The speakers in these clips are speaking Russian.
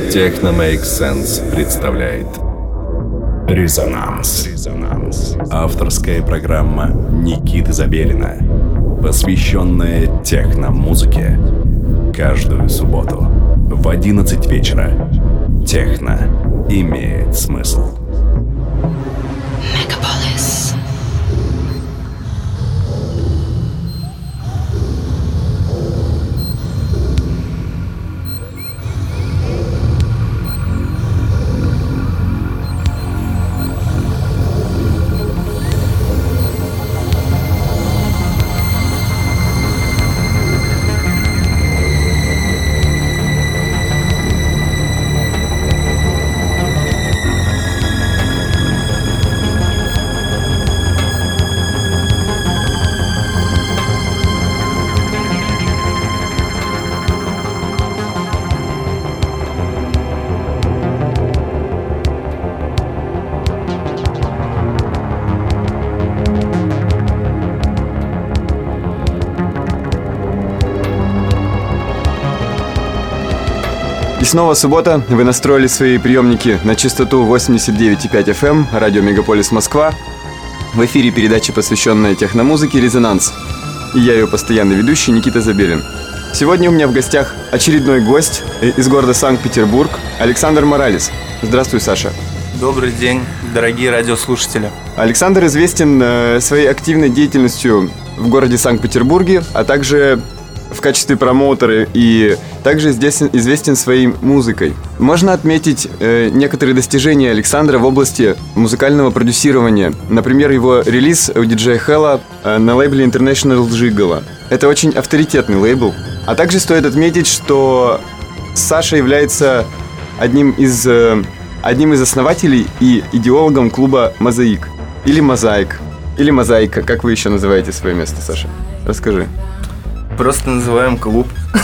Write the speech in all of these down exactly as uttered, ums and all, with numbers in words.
Техно Make Sense представляет Резонанс. Резонанс. Авторская программа Никиты Забелина, посвященная техно-музыке. Каждую субботу в одиннадцать вечера. Техно имеет смысл. Мегаполис. И снова суббота, вы настроили свои приемники на частоту восемьдесят девять и пять эф эм, радио Мегаполис Москва. В эфире передача, посвященная техномузыке «Резонанс». И я ее постоянный ведущий Никита Забелин. Сегодня у меня в гостях очередной гость из города Санкт-Петербург, Александр Моралес. Здравствуй, Саша. Добрый день, дорогие радиослушатели. Александр известен э, своей активной деятельностью в городе Санкт-Петербурге, а также в качестве промоутера, и также здесь известен своей музыкой. Можно отметить э, некоторые достижения Александра в области музыкального продюсирования. Например, его релиз у диджея Хэлла э, на лейбле International Jiggle. Это очень авторитетный лейбл. А также стоит отметить, что Саша является одним из, э, одним из основателей и идеологом клуба «Мозаик». Или «Мозаик». Или «Мозаика». Как вы еще называете свое место, Саша? Расскажи. Просто называем клуб.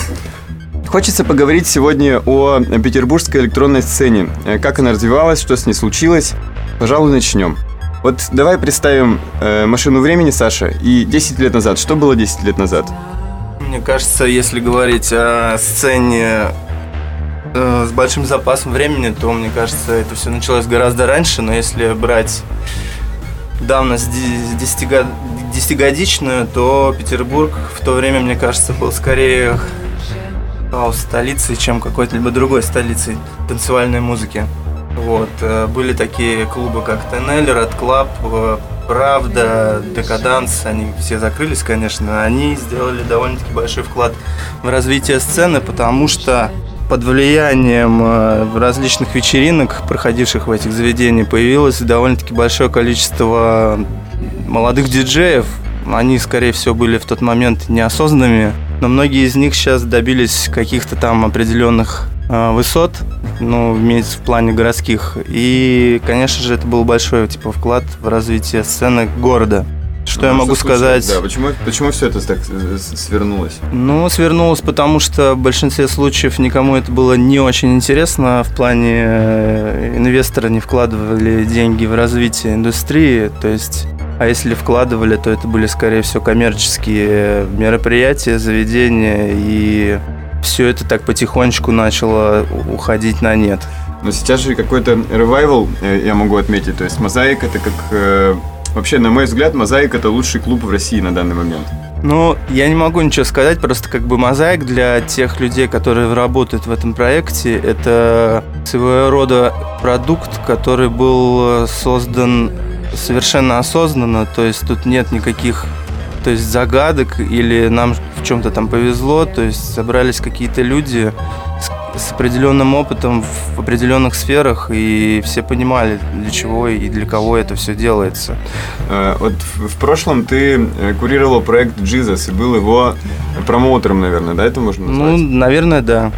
Хочется поговорить сегодня о петербургской электронной сцене. Как она развивалась, что с ней случилось. Пожалуй, начнем. Вот давай представим э, машину времени, Саша, и десять лет назад. Что было десять лет назад? Мне кажется, если говорить о сцене э, с большим запасом времени, то, мне кажется, это все началось гораздо раньше. Но если брать давность десятигодичную, то Петербург в то время, мне кажется, был скорее хаус-столицей, чем какой-то либо другой столицей танцевальной музыки. Вот. Были такие клубы, как Тоннель, Red Club, Правда, Декаданс. Они все закрылись, конечно. Они сделали довольно-таки большой вклад в развитие сцены, потому что под влиянием различных вечеринок, проходивших в этих заведениях, появилось довольно-таки большое количество молодых диджеев. Они, скорее всего, были в тот момент неосознанными, но многие из них сейчас добились каких-то там определенных э, высот, ну, имеется в плане городских. И, конечно же, это был большой типа вклад в развитие сцены города. Что ну, я могу что сказать? Да, почему, почему все это так свернулось? Ну, свернулось, потому что в большинстве случаев никому это было не очень интересно. В плане инвесторы не вкладывали деньги в развитие индустрии. То есть, а если вкладывали, то это были, скорее всего, коммерческие мероприятия, заведения. И все это так потихонечку начало уходить на нет. Но сейчас же какой-то ревайвал, я могу отметить. То есть «Мозаик» — это как... Вообще, на мой взгляд, «Мозаик» — это лучший клуб в России на данный момент. Ну, я не могу ничего сказать, просто как бы «Мозаик» для тех людей, которые работают в этом проекте, это своего рода продукт, который был создан совершенно осознанно, то есть тут нет никаких, то есть загадок или нам в чем-то там повезло, то есть собрались какие-то люди с определенным опытом в определенных сферах, и все понимали, для чего и для кого это все делается. Вот в прошлом ты курировал проект Jesus и был его промоутером, наверное, да, это можно назвать? Ну, наверное, да.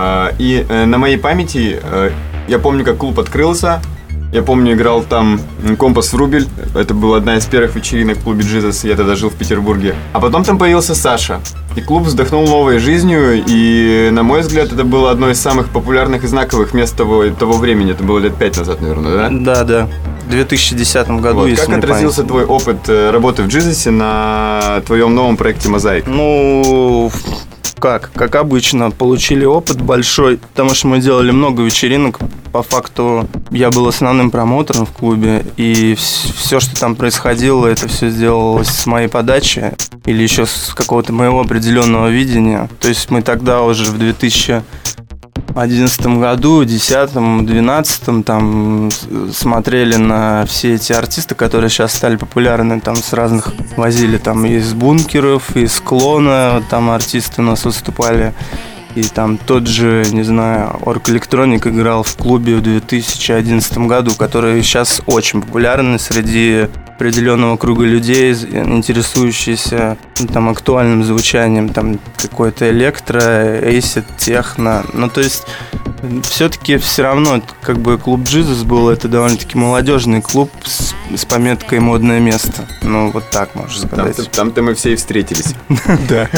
И на моей памяти я помню, как клуб открылся. Я помню, играл там «Компас в рубль». Это была одна из первых вечеринок в клубе «Jesus». Я тогда жил в Петербурге. А потом там появился Саша. И клуб вздохнул новой жизнью. И, на мой взгляд, это было одно из самых популярных и знаковых мест того, того времени. Это было лет пять назад, наверное, да? Да, да. В две тысячи десятом году, вот. если Как отразился память. Твой опыт работы в «Jesus» на твоем новом проекте «Мозаик»? Ну... как? Как обычно, получили опыт большой, потому что мы делали много вечеринок. По факту я был основным промоутером в клубе, и все, что там происходило, это все сделалось с моей подачи или еще с какого-то моего определенного видения. То есть мы тогда уже в две тысячи одиннадцатом году, десятом, двенадцатом там смотрели на все эти артисты, которые сейчас стали популярны, там с разных возили там из бункеров, из клона, там артисты у нас выступали. И там тот же, не знаю, Орг Электроник играл в клубе в две тысячи одиннадцатом году, который сейчас очень популярный среди определенного круга людей, интересующихся ну, там, актуальным звучанием, там какой-то электро, эйсид, техно. Ну, то есть, все-таки все равно, как бы клуб Джизус был, это довольно-таки молодежный клуб с, с пометкой «Модное место». Ну, вот так можно сказать. Там-то, там-то мы все и встретились. Да.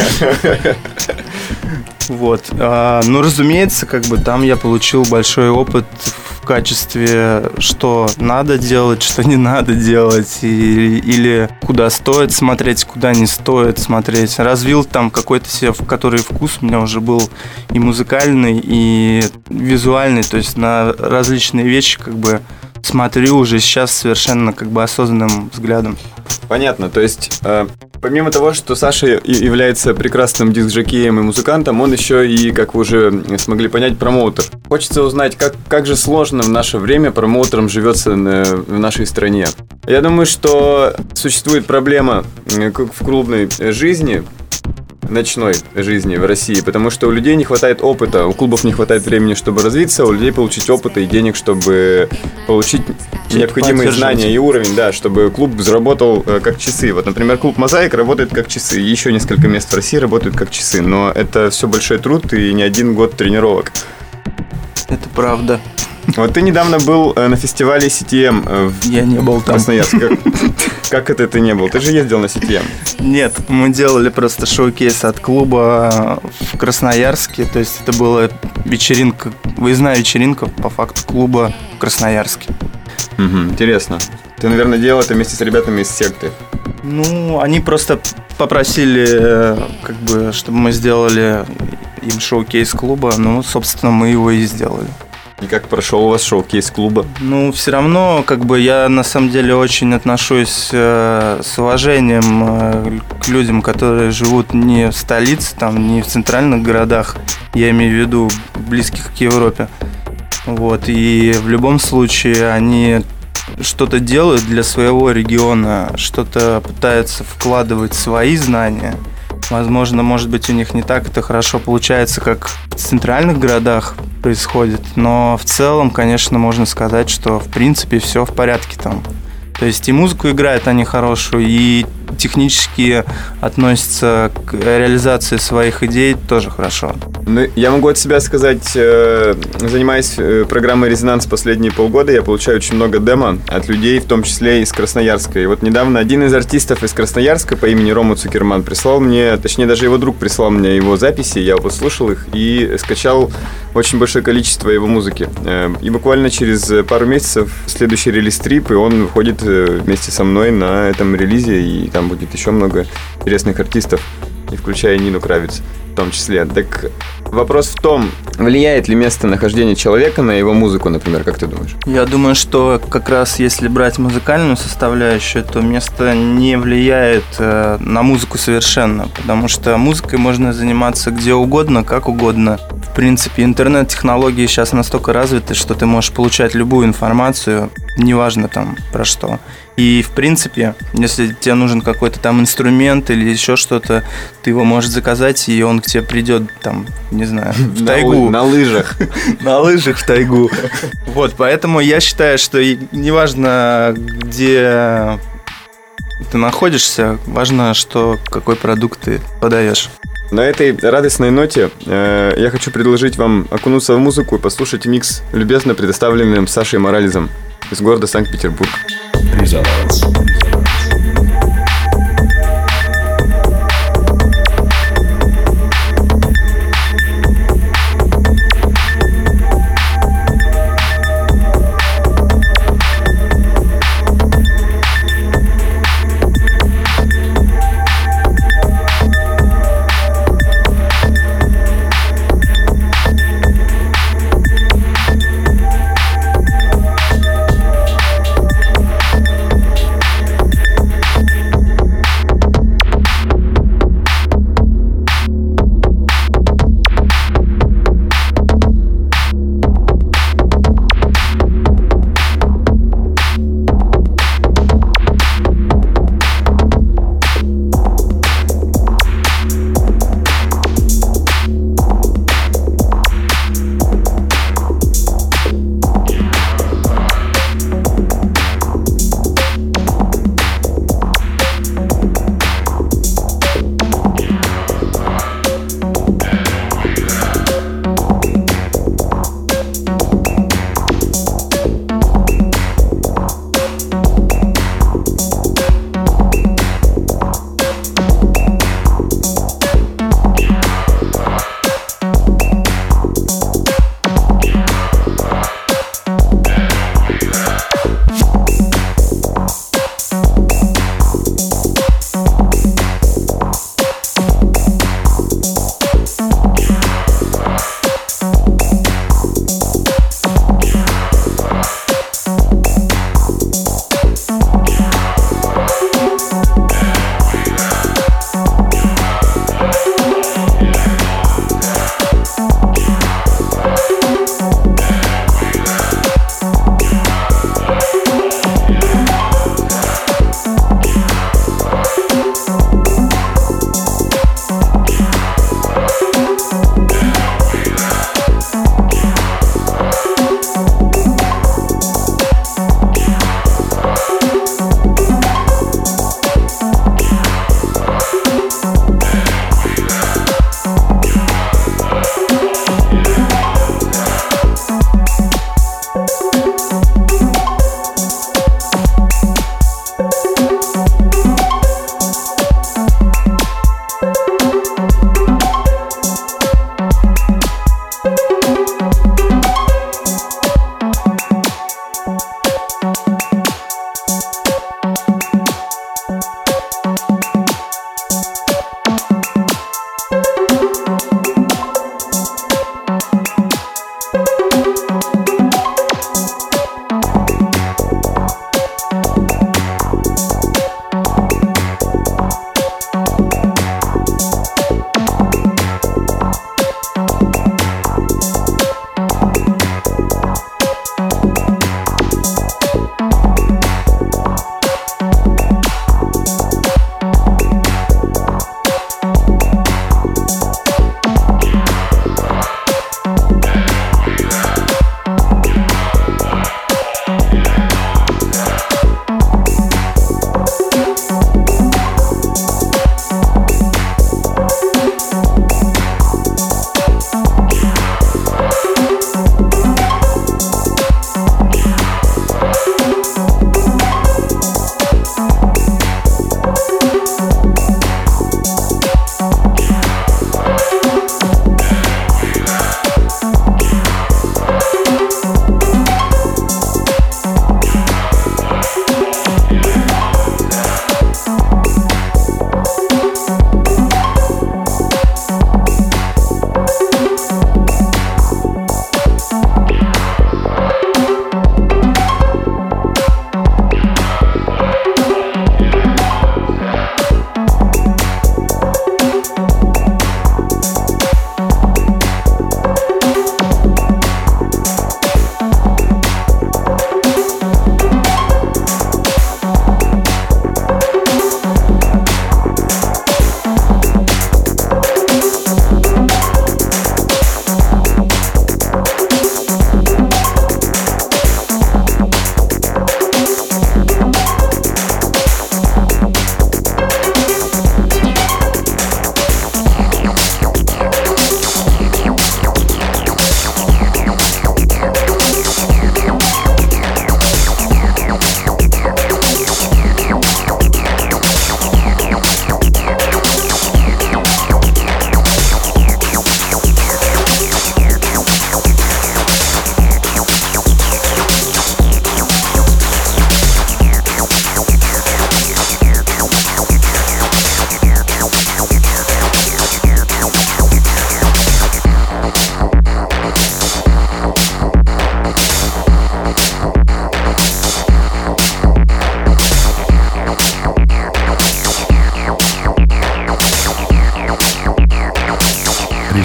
Вот. А, ну, разумеется, как бы там я получил большой опыт в качестве, что надо делать, что не надо делать, и, или куда стоит смотреть, куда не стоит смотреть. Развил там какой-то себе, который вкус у меня уже был и музыкальный, и визуальный, то есть на различные вещи как бы смотрю уже сейчас совершенно как бы осознанным взглядом. Понятно, то есть э, помимо того, что Саша является прекрасным диск-жокеем и музыкантом, он еще и, как вы уже смогли понять, промоутер. Хочется узнать, как, как же сложно в наше время промоутерам живется в нашей стране. Я думаю, что существует проблема в клубной жизни, ночной жизни в России, потому что у людей не хватает опыта, у клубов не хватает времени, чтобы развиться, а у людей получить опыта и денег, чтобы получить необходимые знания и уровень, да, чтобы клуб заработал э, как часы. Вот, например, клуб «Мозаик» работает как часы, и еще несколько мест в России работают как часы, но это все большой труд и не один год тренировок. Это правда. Вот ты недавно был на фестивале си ти эм в Я не был там. Красноярске. Как, как это ты не был? Ты же ездил на си ти эм. Нет, мы делали просто шоу-кейс от клуба в Красноярске. То есть это была вечеринка, выездная вечеринка по факту клуба в Красноярске. Угу, интересно. Ты, наверное, делал это вместе с ребятами из секты. Ну, они просто попросили, как бы, чтобы мы сделали им шоу-кейс клуба. Ну, собственно, мы его и сделали. И как прошел у вас шоу-кейс клуба? Ну, все равно, как бы, я на самом деле очень отношусь э, с уважением э, к людям, которые живут не в столице, там, не в центральных городах, я имею в виду близких к Европе. Вот, и в любом случае они что-то делают для своего региона, что-то пытаются вкладывать свои знания. Возможно, может быть, у них не так это хорошо получается, как в центральных городах происходит, но в целом, конечно, можно сказать, что в принципе все в порядке там. То есть и музыку играют они хорошую, и технически относятся к реализации своих идей тоже хорошо. Ну, я могу от себя сказать, э, занимаясь программой «Резонанс» последние полгода, я получаю очень много демо от людей, в том числе из Красноярска. И вот недавно один из артистов из Красноярска по имени Рома Цукерман прислал мне, точнее даже его друг прислал мне его записи, я послушал их и скачал очень большое количество его музыки. Э, и буквально через пару месяцев следующий релиз-трип, и он выходит вместе со мной на этом релизе, и там будет еще много интересных артистов, и включая Нину Кравец в том числе. Так вопрос в том, влияет ли местонахождение человека на его музыку, например, как ты думаешь? Я думаю, что как раз если брать музыкальную составляющую, то место не влияет э, на музыку совершенно, потому что музыкой можно заниматься где угодно, как угодно. В принципе, интернет-технологии сейчас настолько развиты, что ты можешь получать любую информацию, неважно там про что. И, в принципе, если тебе нужен какой-то там инструмент или еще что-то, ты его можешь заказать, и он к тебе придет, там, не знаю, в тайгу. На, на лыжах. На лыжах в тайгу. Вот, поэтому я считаю, что неважно, где ты находишься, важно, что какой продукт ты подаешь. На этой радостной ноте э, я хочу предложить вам окунуться в музыку и послушать микс, любезно предоставленным Сашей Морализом из города Санкт-Петербург. Резонанс.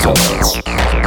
Резонанс.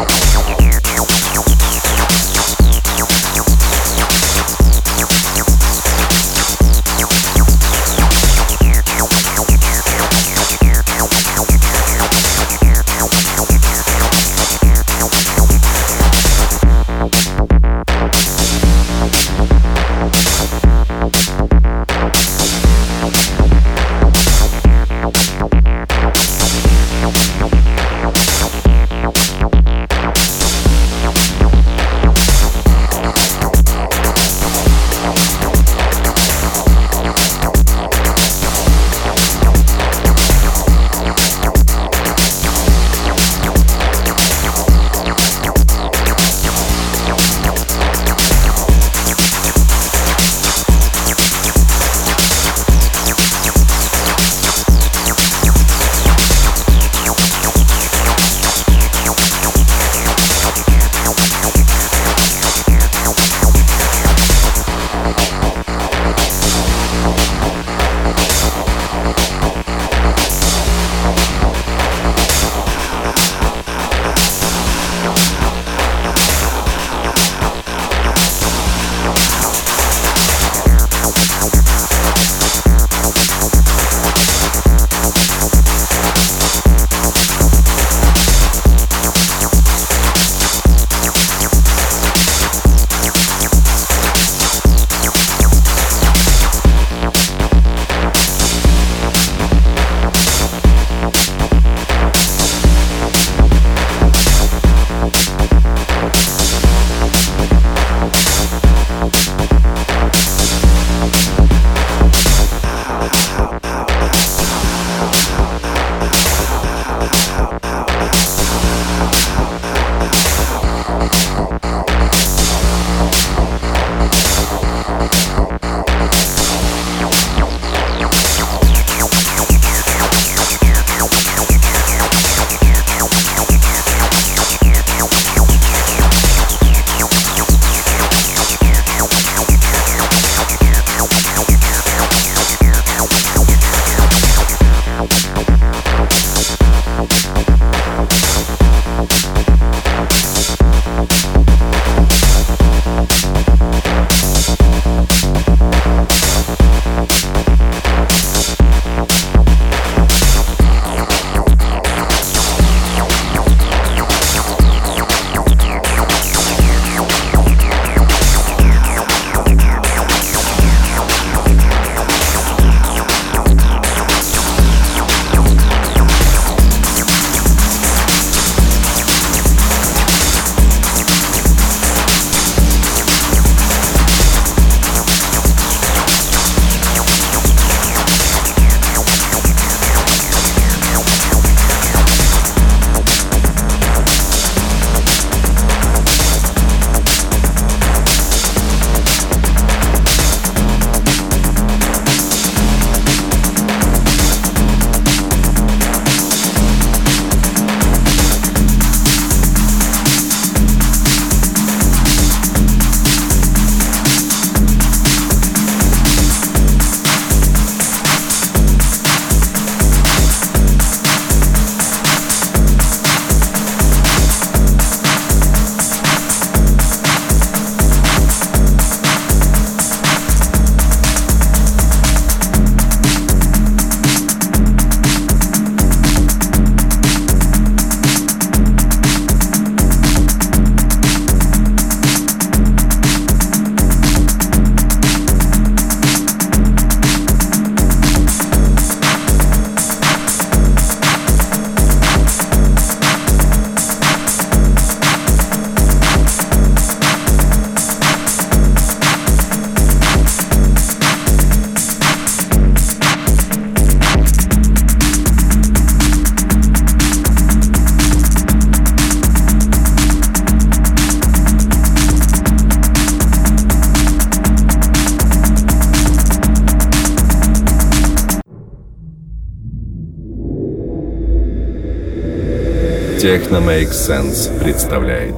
Techno Make Sense представляет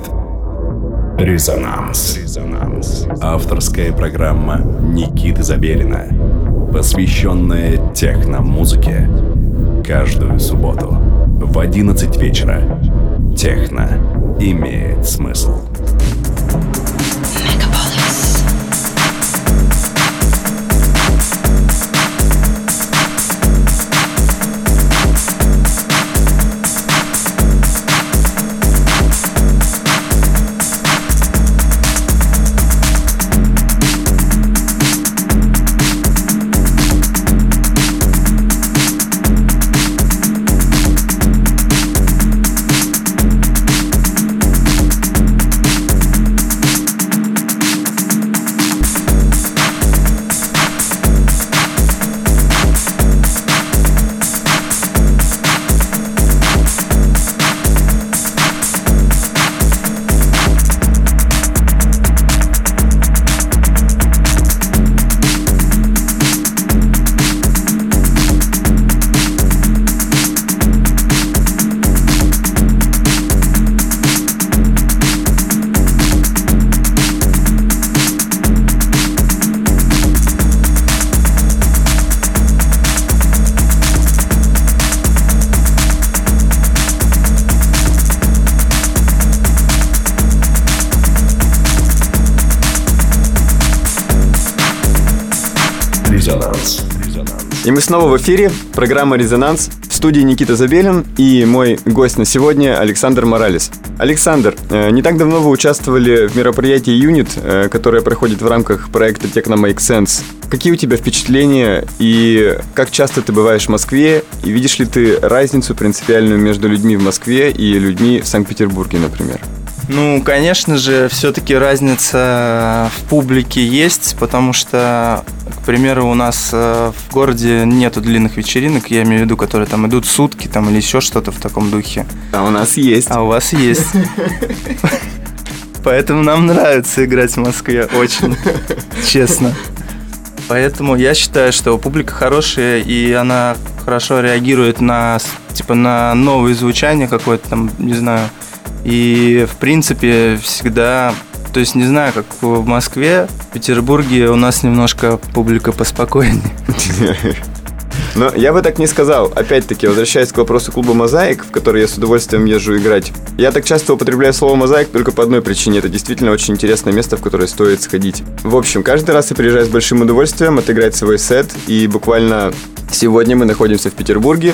Резонанс. Резонанс. Авторская программа Никиты Забелина, посвященная техно-музыке. Каждую субботу в одиннадцать вечера Техно имеет смысл. Резонанс. И мы снова в эфире. Программа «Резонанс». В студии Никита Забелин и мой гость на сегодня Александр Моралес. Александр, не так давно вы участвовали в мероприятии «Юнит», которое проходит в рамках проекта «Techno Make Sense». Какие у тебя впечатления и как часто ты бываешь в Москве? И видишь ли ты разницу принципиальную между людьми в Москве и людьми в Санкт-Петербурге, например? Ну, конечно же, все-таки разница в публике есть, потому что, к примеру, у нас в городе нету длинных вечеринок, я имею в виду, которые там идут сутки там, или еще что-то в таком духе. А у нас есть. А у вас есть. Поэтому нам нравится играть в Москве, очень честно. Поэтому я считаю, что публика хорошая, и она хорошо реагирует на, типа, на новые звучания какое-то там, не знаю. И, в принципе, всегда... То есть, не знаю, как в Москве, в Петербурге у нас немножко публика поспокойнее. Но я бы так не сказал. Опять-таки, возвращаясь к вопросу клуба «Мозаик», в который я с удовольствием езжу играть. Я так часто употребляю слово «мозаик» только по одной причине. Это действительно очень интересное место, в которое стоит сходить. В общем, каждый раз я приезжаю с большим удовольствием отыграть свой сет. И буквально сегодня мы находимся в Петербурге.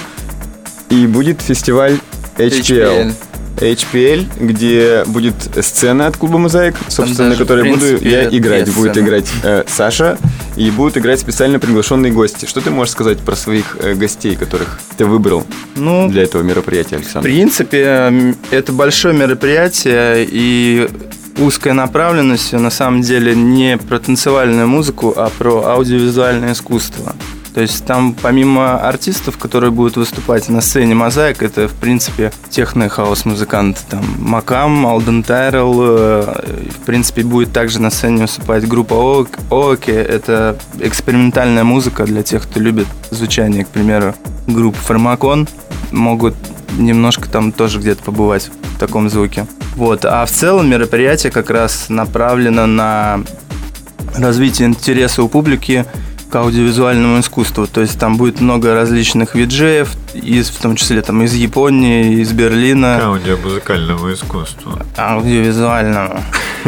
И будет фестиваль эйч пи эл. эйч пи эл, где будет сцена от клуба «Мозаик», собственно, на которой буду я играть. Будет сцены. играть э, Саша, и будут играть специально приглашенные гости. Что ты можешь сказать про своих э, гостей, которых ты выбрал ну, для этого мероприятия, Александр? В принципе, это большое мероприятие, и узкая направленность, на самом деле, не про танцевальную музыку, а про аудиовизуальное искусство. То есть там помимо артистов, которые будут выступать на сцене «Мозаик», это, в принципе, техно- и хаус-музыканты. Там Макам, Алден Тайрелл, в принципе, будет также на сцене выступать группа Ооке. Это экспериментальная музыка для тех, кто любит звучание, к примеру, группы Фармакон. Могут немножко там тоже где-то побывать в таком звуке. Вот. А в целом мероприятие как раз направлено на развитие интереса у публики к аудиовизуальному искусству. То есть там будет много различных виджеев, из, в том числе там, из Японии, из Берлина. К аудиомузыкальному искусству. Аудиовизуальному.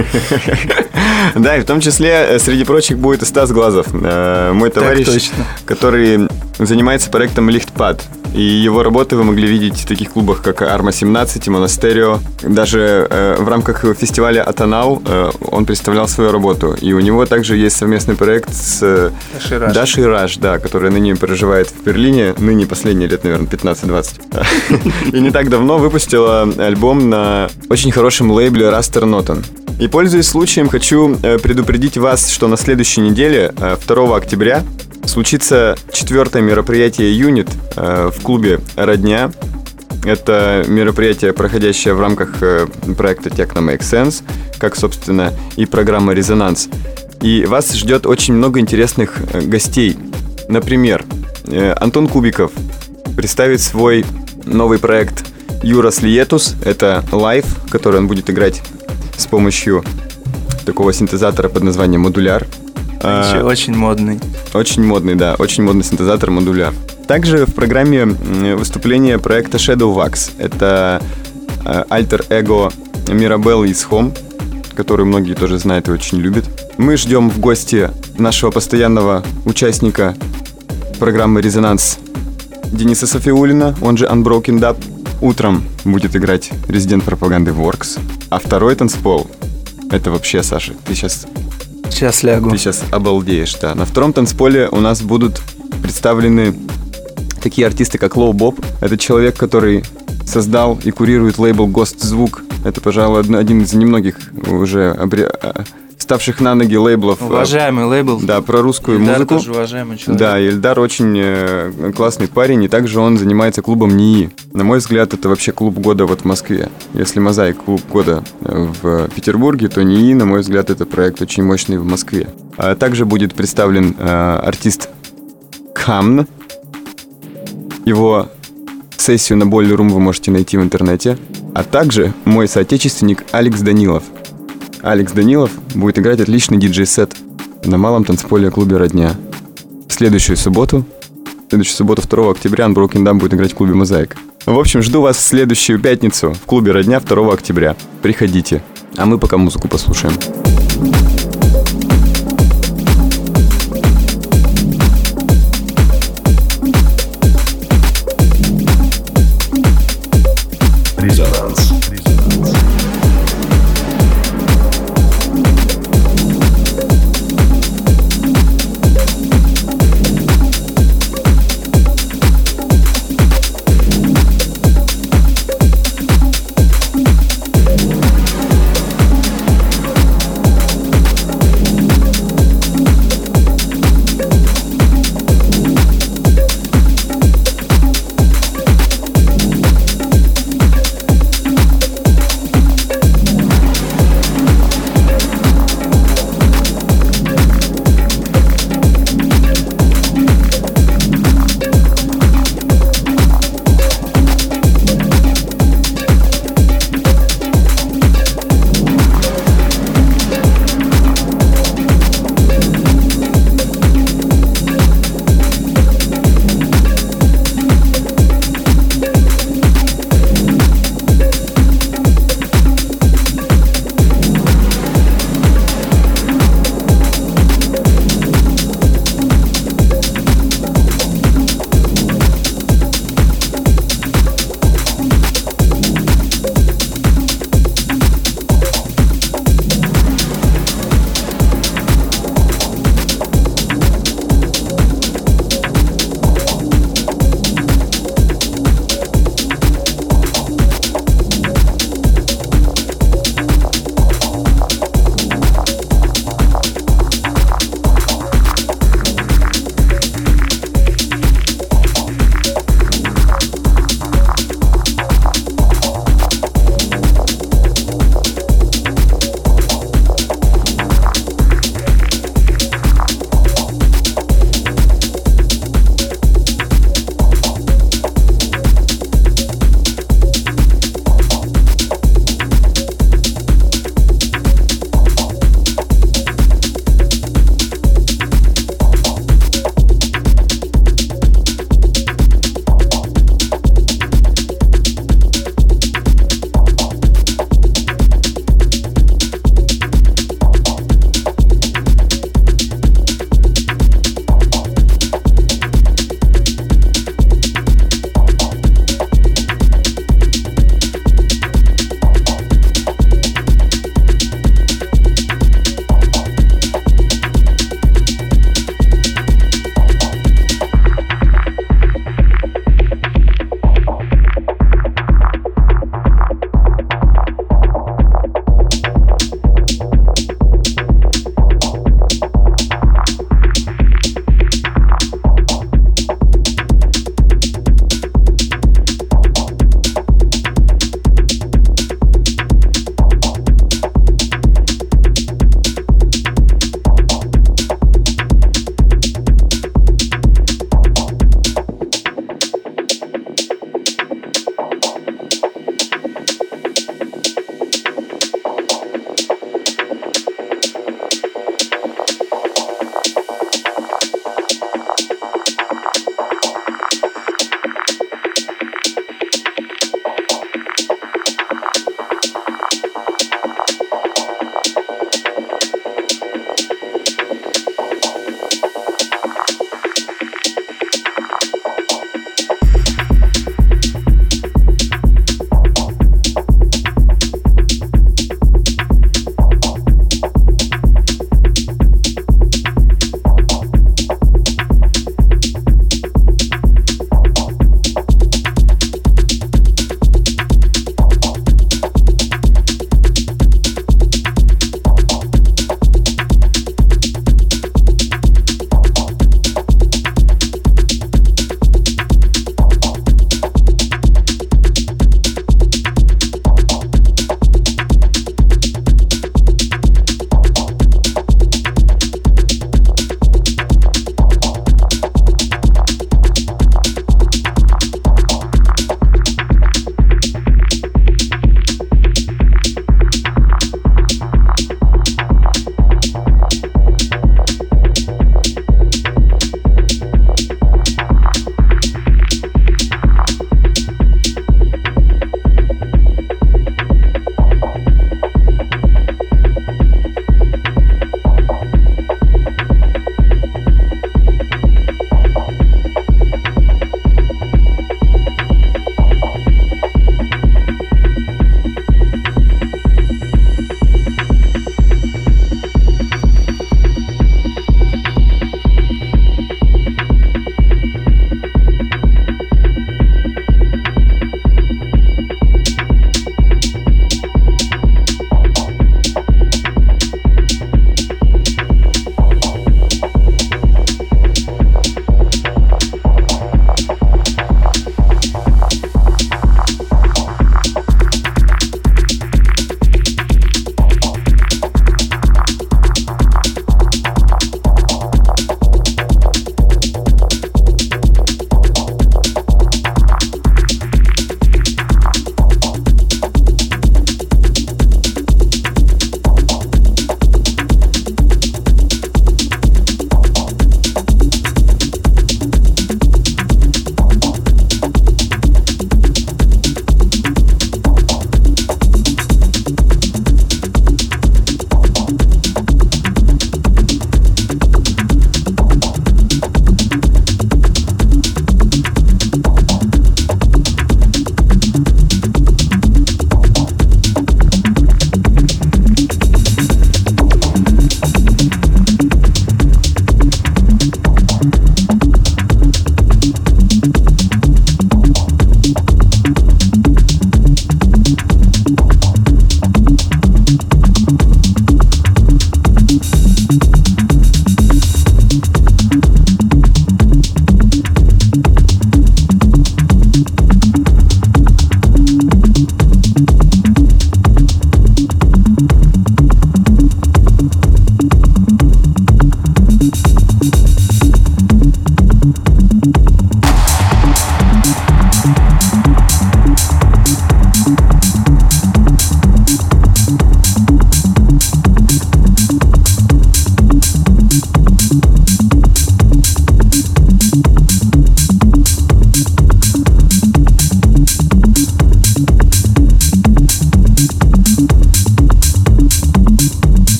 Да, и в том числе среди прочих будет и Стас Глазов, мой товарищ, который занимается проектом Лихтпад. И его работы вы могли видеть в таких клубах, как Арма семнадцать и Монастерио. Даже э, в рамках фестиваля Атанал э, он представлял свою работу. И у него также есть совместный проект с э, Дашей Раш, да, которая ныне проживает в Берлине. Ныне последние лет, наверное, пятнадцать-двадцать. И не так давно выпустила альбом на очень хорошем лейбле Raster Noten. И, пользуясь случаем, хочу предупредить вас, что на следующей неделе, второго октября, случится четвертое мероприятие «Юнит» в клубе «Родня». Это мероприятие, проходящее в рамках проекта Techno Make Sense, как, собственно, и программа «Резонанс». И вас ждет очень много интересных гостей. Например, Антон Кубиков представит свой новый проект «Юрас Лиетус». Это лайв, который он будет играть с помощью такого синтезатора под названием «Модуляр». А, очень модный. Очень модный, да. Очень модный синтезатор «Модуляр». Также в программе выступление проекта Shadow Wax. Это альтер-эго Мирабеллы из Home, которую многие тоже знают и очень любят. Мы ждем в гости нашего постоянного участника программы «Резонанс» Дениса Софиуллина, он же Unbroken Dub. Утром будет играть резидент пропаганды Works. А второй танцпол — это вообще, Саша, ты сейчас... Сейчас лягу. Ты сейчас обалдеешь, да. На втором танцполе у нас будут представлены такие артисты, как Low Bob. Это человек, который создал и курирует лейбл Ghost Звук. Это, пожалуй, один из немногих уже обре... ставших на ноги лейблов. Уважаемый лейбл. Да, про русскую Ильдар музыку. тоже уважаемый человек. Да, Ильдар очень э, классный парень, и также он занимается клубом НИИ. На мой взгляд, это вообще клуб года вот в Москве. Если Мозаик клуб года в Петербурге, то НИИ, на мой взгляд, это проект очень мощный в Москве. А также будет представлен э, артист Камн. Его сессию на Boiler Room вы можете найти в интернете. А также мой соотечественник Алекс Данилов. Алекс Данилов будет играть отличный диджей-сет на малом танцполе клубе «Родня». В следующую субботу, в следующую субботу второго октября Unbroken Dub будет играть в клубе «Мозаик». В общем, жду вас в следующую пятницу в клубе «Родня» второго октября. Приходите. А мы пока музыку послушаем. Резонанс.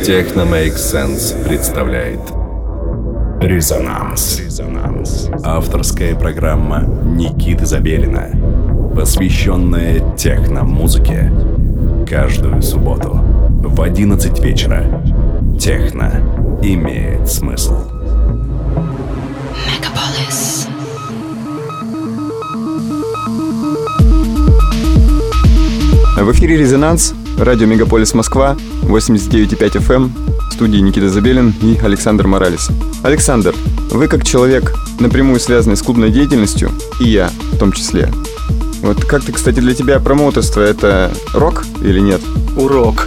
Техно Make Sense представляет Резонанс. Авторская программа Никиты Забелина, посвященная техно-музыке. Каждую субботу в одиннадцать вечера. Техно имеет смысл. Мегаполис. В эфире «Резонанс», радио «Мегаполис Москва», восемьдесят девять и пять эф эм, в студии Никита Забелин и Александр Моралес. Александр, вы как человек, напрямую связанный с клубной деятельностью, и я в том числе. Вот как ты, кстати, для тебя промоутерство — это рок или нет? Урок.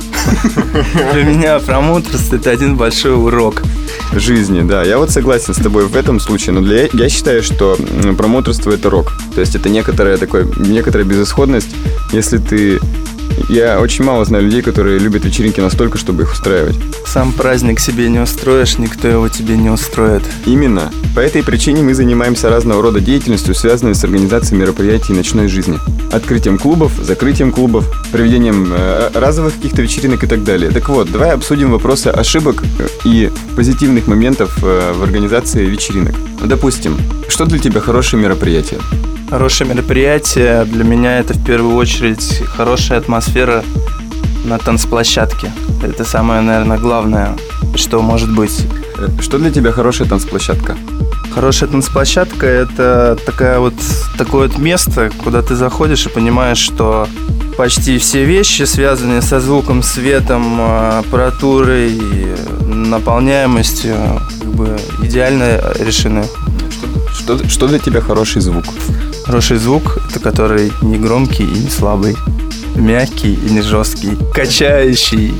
Для меня промоутерство — это один большой урок жизни, да. Я вот согласен с тобой в этом случае, но для, я считаю, что промоутерство — это рок. То есть это некоторая, такой, некоторая безысходность, если ты... Я очень мало знаю людей, которые любят вечеринки настолько, чтобы их устраивать. Сам праздник себе не устроишь, никто его тебе не устроит. Именно. По этой причине мы занимаемся разного рода деятельностью, связанной с организацией мероприятий ночной жизни. Открытием клубов, закрытием клубов, проведением э, разовых каких-то вечеринок и так далее. Так вот, давай обсудим вопросы ошибок и позитивных моментов э, в организации вечеринок. Допустим, что для тебя хорошее мероприятие? Хорошее мероприятие для меня — это в первую очередь хорошая атмосфера на танцплощадке. Это самое, наверное, главное, что может быть. Что для тебя хорошая танцплощадка? Хорошая танцплощадка — это такая вот, такое вот место, куда ты заходишь и понимаешь, что почти все вещи, связанные со звуком, светом, аппаратурой, наполняемостью, как бы идеально решены. Что, что, что для тебя хороший звук? Хороший звук — это который не громкий и не слабый, мягкий и не жесткий, качающий.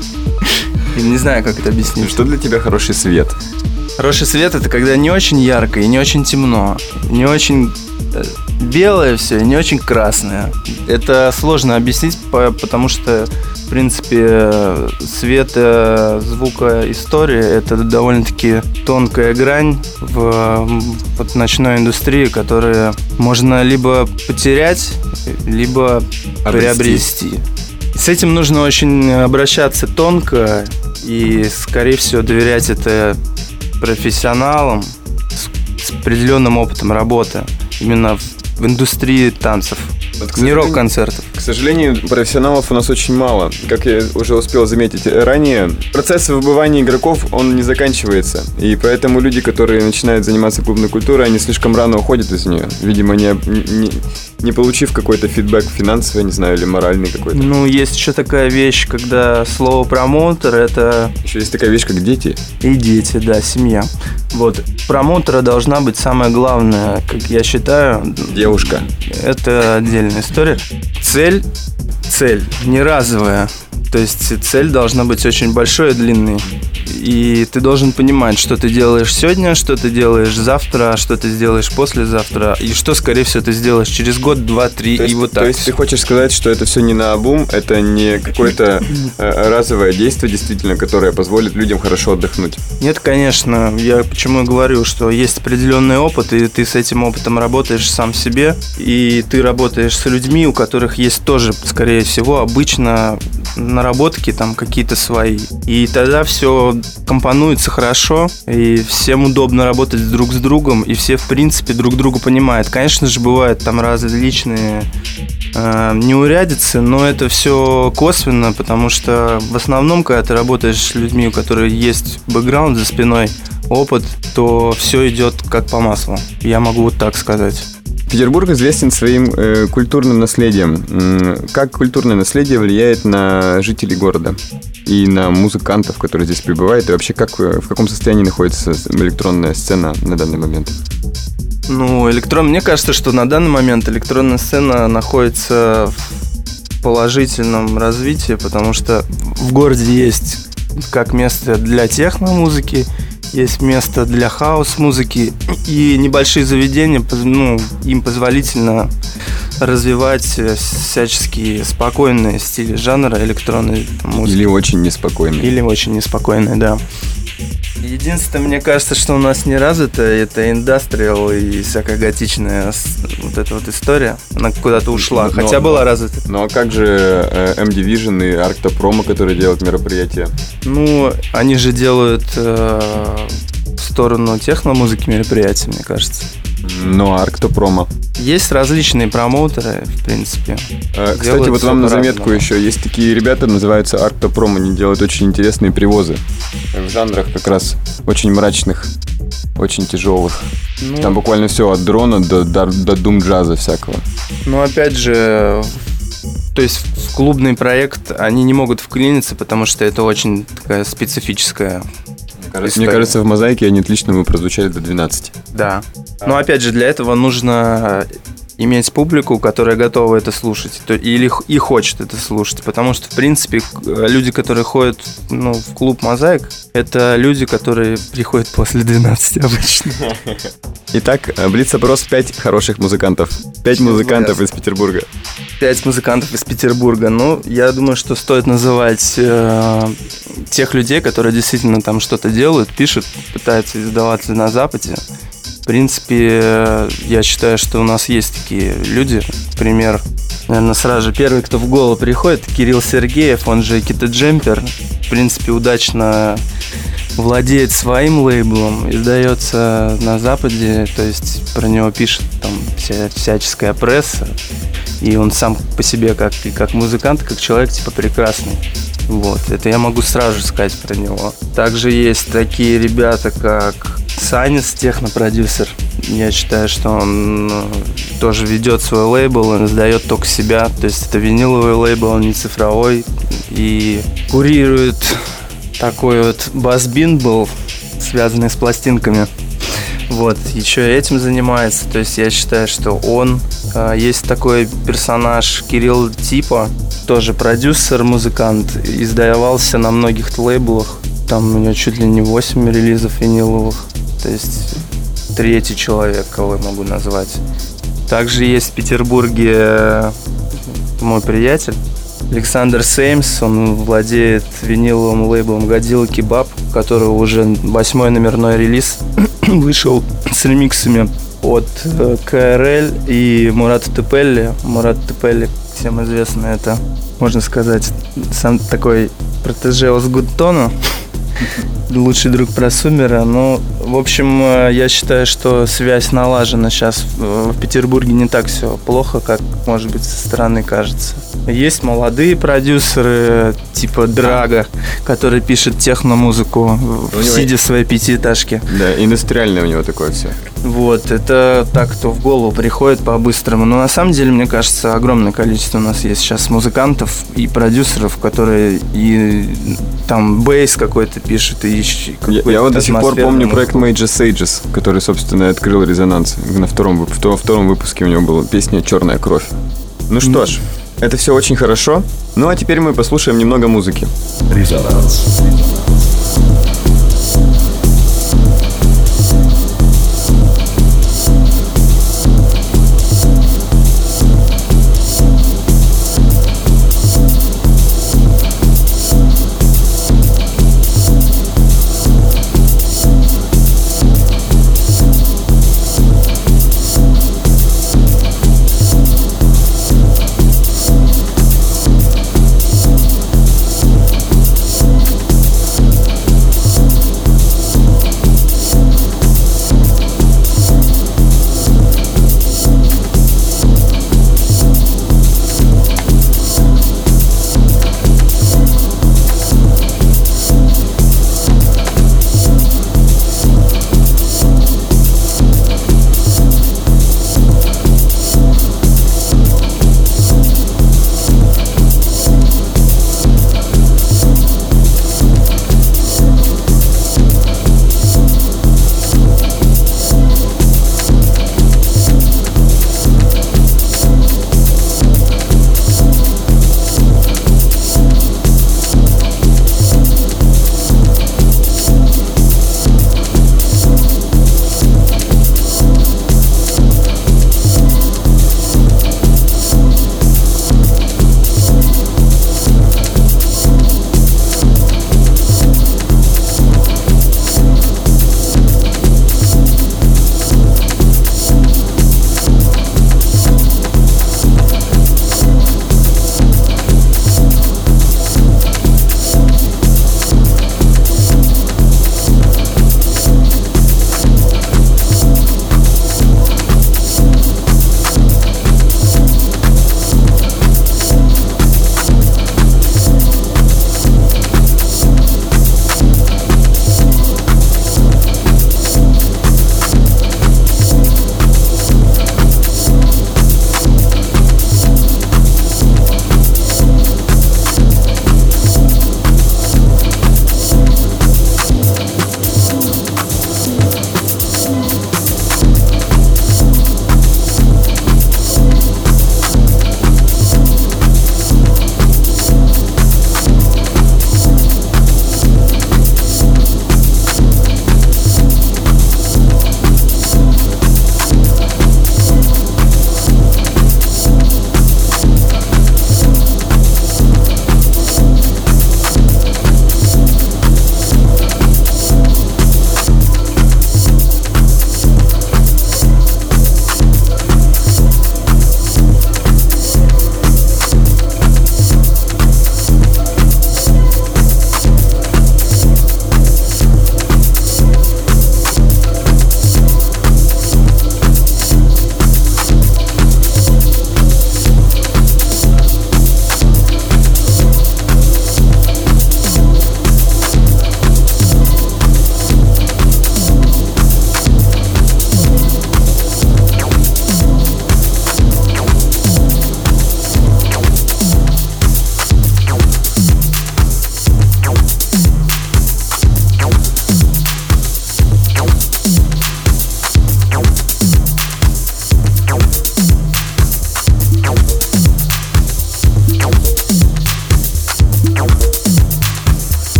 Я не знаю, как это объяснить. Что для тебя хороший свет? Хороший свет — это когда не очень ярко и не очень темно, не очень белое все и не очень красное. Это сложно объяснить, потому что, в принципе, свет, звука, история — это довольно-таки тонкая грань в вот ночной индустрии, которую можно либо потерять, либо приобрести. С этим нужно очень обращаться тонко и, скорее всего, доверять это профессионалам с определенным опытом работы именно в индустрии танцев, вот, не рок-концертов. К сожалению, профессионалов у нас очень мало. Как я уже успел заметить ранее, процесс выбывания игроков, он не заканчивается. И поэтому люди, которые начинают заниматься клубной культурой, они слишком рано уходят из нее. Видимо, не, не, не получив какой-то фидбэк финансовый, не знаю, или моральный какой-то. Ну, есть еще такая вещь, когда слово промоутер — это... Еще есть такая вещь, как дети. И дети, да, семья. Вот. Промоутера должна быть самое главное, как я считаю... Девушка. Это отдельная история. Цель, цель не разовая. То есть цель должна быть очень большой и длинной. И ты должен понимать, что ты делаешь сегодня, что ты делаешь завтра, что ты сделаешь послезавтра, и что, скорее всего, ты сделаешь через год, два, три, то и есть, вот так. То есть ты хочешь сказать, что это все не наобум, это не какое-то э, разовое действие, действительно, которое позволит людям хорошо отдохнуть? Нет, конечно. Я почему и говорю, что есть определенный опыт, и ты с этим опытом работаешь сам себе, и ты работаешь с людьми, у которых есть тоже, скорее всего, обычно наработки там какие-то свои. И тогда все компонуется хорошо, и всем удобно работать друг с другом, и все, в принципе, друг друга понимают. Конечно же, бывают там различные э, неурядицы, но это все косвенно, потому что в основном, когда ты работаешь с людьми, у которых есть бэкграунд за спиной, опыт, то все идет как по маслу. Я могу вот так сказать. Петербург известен своим э, культурным наследием. Как культурное наследие влияет на жителей города и на музыкантов, которые здесь пребывают, и вообще как, в каком состоянии находится электронная сцена на данный момент? Ну, электрон... Мне кажется, что на данный момент электронная сцена находится в положительном развитии, потому что в городе есть как место для техно-музыки, есть место для хаус-музыки, и небольшие заведения, ну, им позволительно развивать всяческие спокойные стили жанра электронной музыки. Или очень неспокойные. Или очень неспокойные, да. Единственное, мне кажется, что у нас не развито, это индастриал и всякая готичная вот эта вот история. Она куда-то ушла, но, хотя но, была развита. Ну а как же э, M-Division и Arcto Promo, которые делают мероприятия? Ну, они же делают э, в сторону техномузыки мероприятия, мне кажется. Ну, а Arcto Promo? Есть различные промоутеры, в принципе. А, кстати, вот вам на заметку еще. Есть такие ребята, называются Arcto Promo. Они делают очень интересные привозы в жанрах как раз очень мрачных, очень тяжелых. Ну, там буквально все от дрона до, до, до дум-джаза всякого. Ну, опять же, то есть в клубный проект они не могут вклиниться, потому что это очень такая специфическая история. Мне кажется, в «Мозаике» они отлично бы прозвучали до двенадцати. Да. Но опять же, для этого нужно иметь публику, которая готова это слушать, или и хочет это слушать, потому что, в принципе, люди, которые ходят, ну, в клуб «Мозаик», это люди, которые приходят после двенадцати обычно. Итак, блиц-опрос пять хороших музыкантов. Пять музыкантов из Петербурга. Пять музыкантов из Петербурга. Ну, я думаю, что стоит называть э, тех людей, которые действительно там что-то делают, пишут, пытаются издаваться на Западе. В принципе, я считаю, что у нас есть такие люди. Например, наверное, сразу же первый, кто в голову приходит, Кирилл Сергеев, он же Кита Джемпер. В принципе, удачно владеет своим лейблом, издается на Западе, то есть про него пишет там вся, всяческая пресса. И он сам по себе как, как музыкант, как человек, типа, прекрасный. Вот, это я могу сразу же сказать про него. Также есть такие ребята, как Санис, технопродюсер. Я считаю, что он тоже ведет свой лейбл, он издает только себя. То есть это виниловый лейбл, он не цифровой. И курирует такой вот бас-бин был, связанный с пластинками. Вот, еще этим занимается. То есть я считаю, что он... Есть такой персонаж Кирилл Типа, тоже продюсер, музыкант, издавался на многих лейблах. Там у него чуть ли не восемь релизов виниловых. То есть третий человек, кого я могу назвать. Также есть в Петербурге мой приятель Александр Сеймс. Он владеет виниловым лейблом Годзилла Кебаб, у которого уже восьмой номерной релиз вышел с ремиксами от КРЛ и Мурата Тепелли. Мурат Тепелли, всем известно, это, можно сказать, сам такой протеже Озгудтона, лучший друг просумера. Ну, в общем, я считаю, что связь налажена сейчас в Петербурге, не так все плохо, как, может быть, со стороны кажется. Есть молодые продюсеры, типа Драга, который пишет техномузыку, сидя в своей пятиэтажке. Да, индустриальное у него такое все. Вот, это так, кто в голову приходит по-быстрому. Но на самом деле, мне кажется, огромное количество у нас есть сейчас музыкантов и продюсеров, которые и там бейс какой-то пишут, и Я, я вот до сих пор помню проект Major Sages, который, собственно, открыл резонанс. На втором, в втором выпуске у него была песня «Черная кровь». Ну что ж, это все очень хорошо. Ну а теперь мы послушаем немного музыки. Резонанс.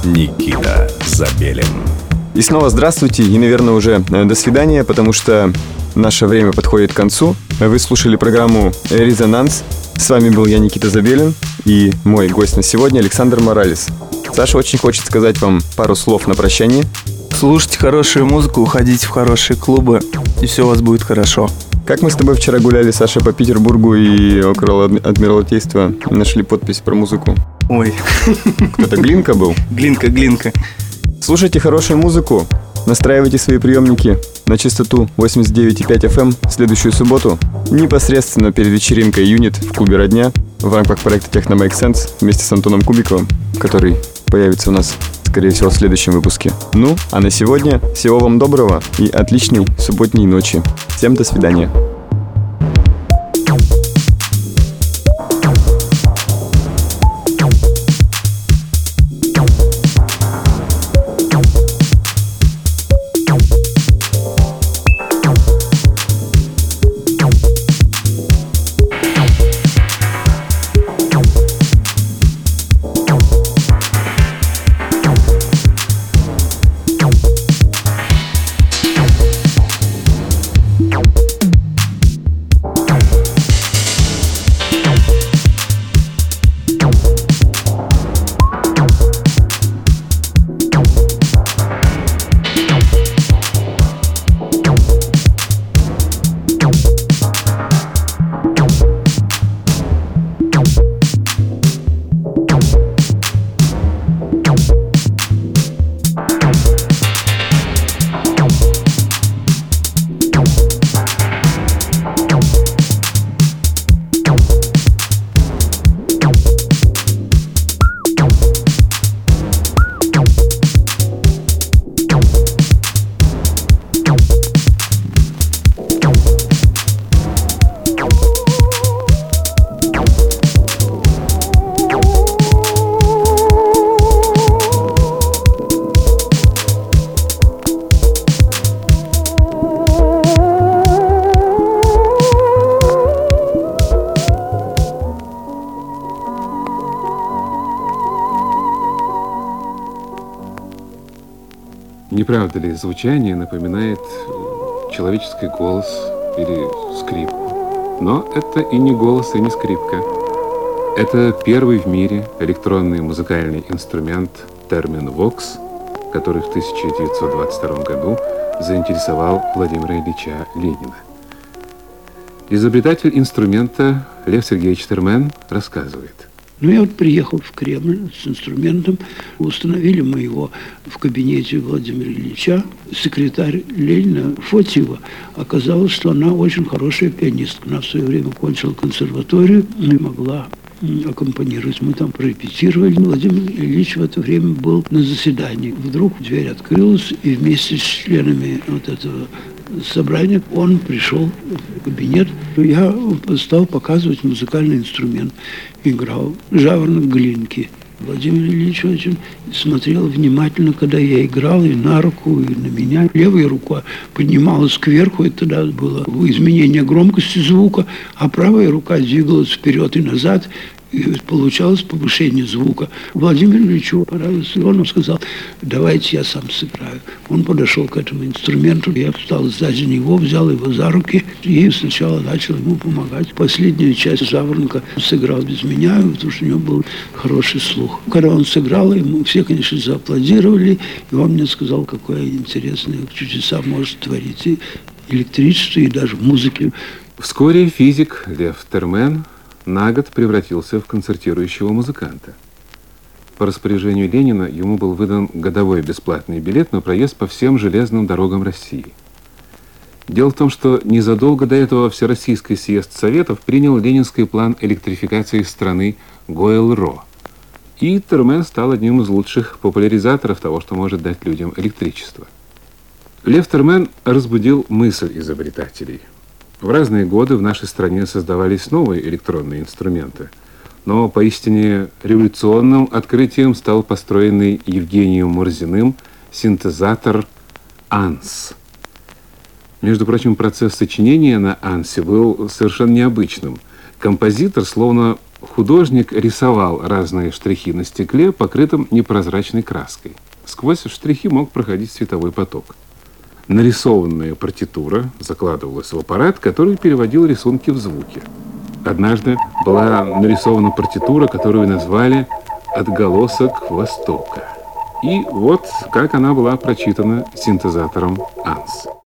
Никита Забелин. И снова здравствуйте, и, наверное, уже до свидания, потому что наше время подходит к концу. Вы слушали программу «Резонанс». С вами был я, Никита Забелин, и мой гость на сегодня Александр Моралес. Саша очень хочет сказать вам пару слов на прощание. Слушайте хорошую музыку, уходите в хорошие клубы, и все у вас будет хорошо. Как мы с тобой вчера гуляли, Саша, по Петербургу и около Адмиралтейства, нашли подпись про музыку. Ой. Кто-то Глинка был? Глинка, Глинка. Слушайте хорошую музыку, настраивайте свои приемники на частоту восемьдесят девять и пять эф эм в следующую субботу, непосредственно перед вечеринкой «Юнит» в клубе «Родня» в рамках проекта «Techno Make Sense» вместе с Антоном Кубиковым, который появится у нас, скорее всего, в следующем выпуске. Ну, а на сегодня всего вам доброго и отличной субботней ночи. Всем до свидания. Не правда ли, звучание напоминает человеческий голос или скрипку? Но это и не голос, и не скрипка. Это первый в мире электронный музыкальный инструмент термин Vox, который в тысяча девятьсот двадцать втором году заинтересовал Владимира Ильича Ленина. Изобретатель инструмента Лев Сергеевич Термен рассказывает. Ну, я вот приехал в Кремль с инструментом, установили мы его в кабинете Владимира Ильича. Секретарь Ленина Фотьева оказалось, что она очень хорошая пианистка. Она в свое время кончила консерваторию и могла аккомпанировать. Мы там прорепетировали. Владимир Ильич в это время был на заседании. Вдруг дверь открылась, и вместе с членами вот этого собрания он пришел в кабинет. Я стал показывать музыкальный инструмент. Играл жаворонок Глинки. Владимир Ильич очень смотрел внимательно, когда я играл, и на руку, и на меня. Левая рука поднималась кверху, и тогда было изменение громкости звука, а правая рука двигалась вперед и назад, и получалось повышение звука. Владимир Ильичу понравилось, и он сказал: давайте я сам сыграю. Он подошел к этому инструменту, я встал сзади него, взял его за руки и сначала начал ему помогать. Последнюю часть жаворонка сыграл без меня, потому что у него был хороший слух. Когда он сыграл, ему все, конечно, зааплодировали, и он мне сказал, какое интересное чудеса может творить и электричество, и даже в музыке. Вскоре физик Лев Термен на год превратился в концертирующего музыканта. По распоряжению Ленина ему был выдан годовой бесплатный билет на проезд по всем железным дорогам России. Дело в том, что незадолго до этого Всероссийский съезд Советов принял ленинский план электрификации страны Гойл-Ро. И Термен стал одним из лучших популяризаторов того, что может дать людям электричество. Лев Термен разбудил мысль изобретателей. В разные годы в нашей стране создавались новые электронные инструменты, но поистине революционным открытием стал построенный Евгением Мурзиным синтезатор «Анс». Между прочим, процесс сочинения на «Ансе» был совершенно необычным. Композитор словно Художник рисовал разные штрихи на стекле, покрытом непрозрачной краской. Сквозь штрихи мог проходить световой поток. Нарисованная партитура закладывалась в аппарат, который переводил рисунки в звуки. Однажды была нарисована партитура, которую назвали «Отголосок Востока». И вот как она была прочитана синтезатором АНС.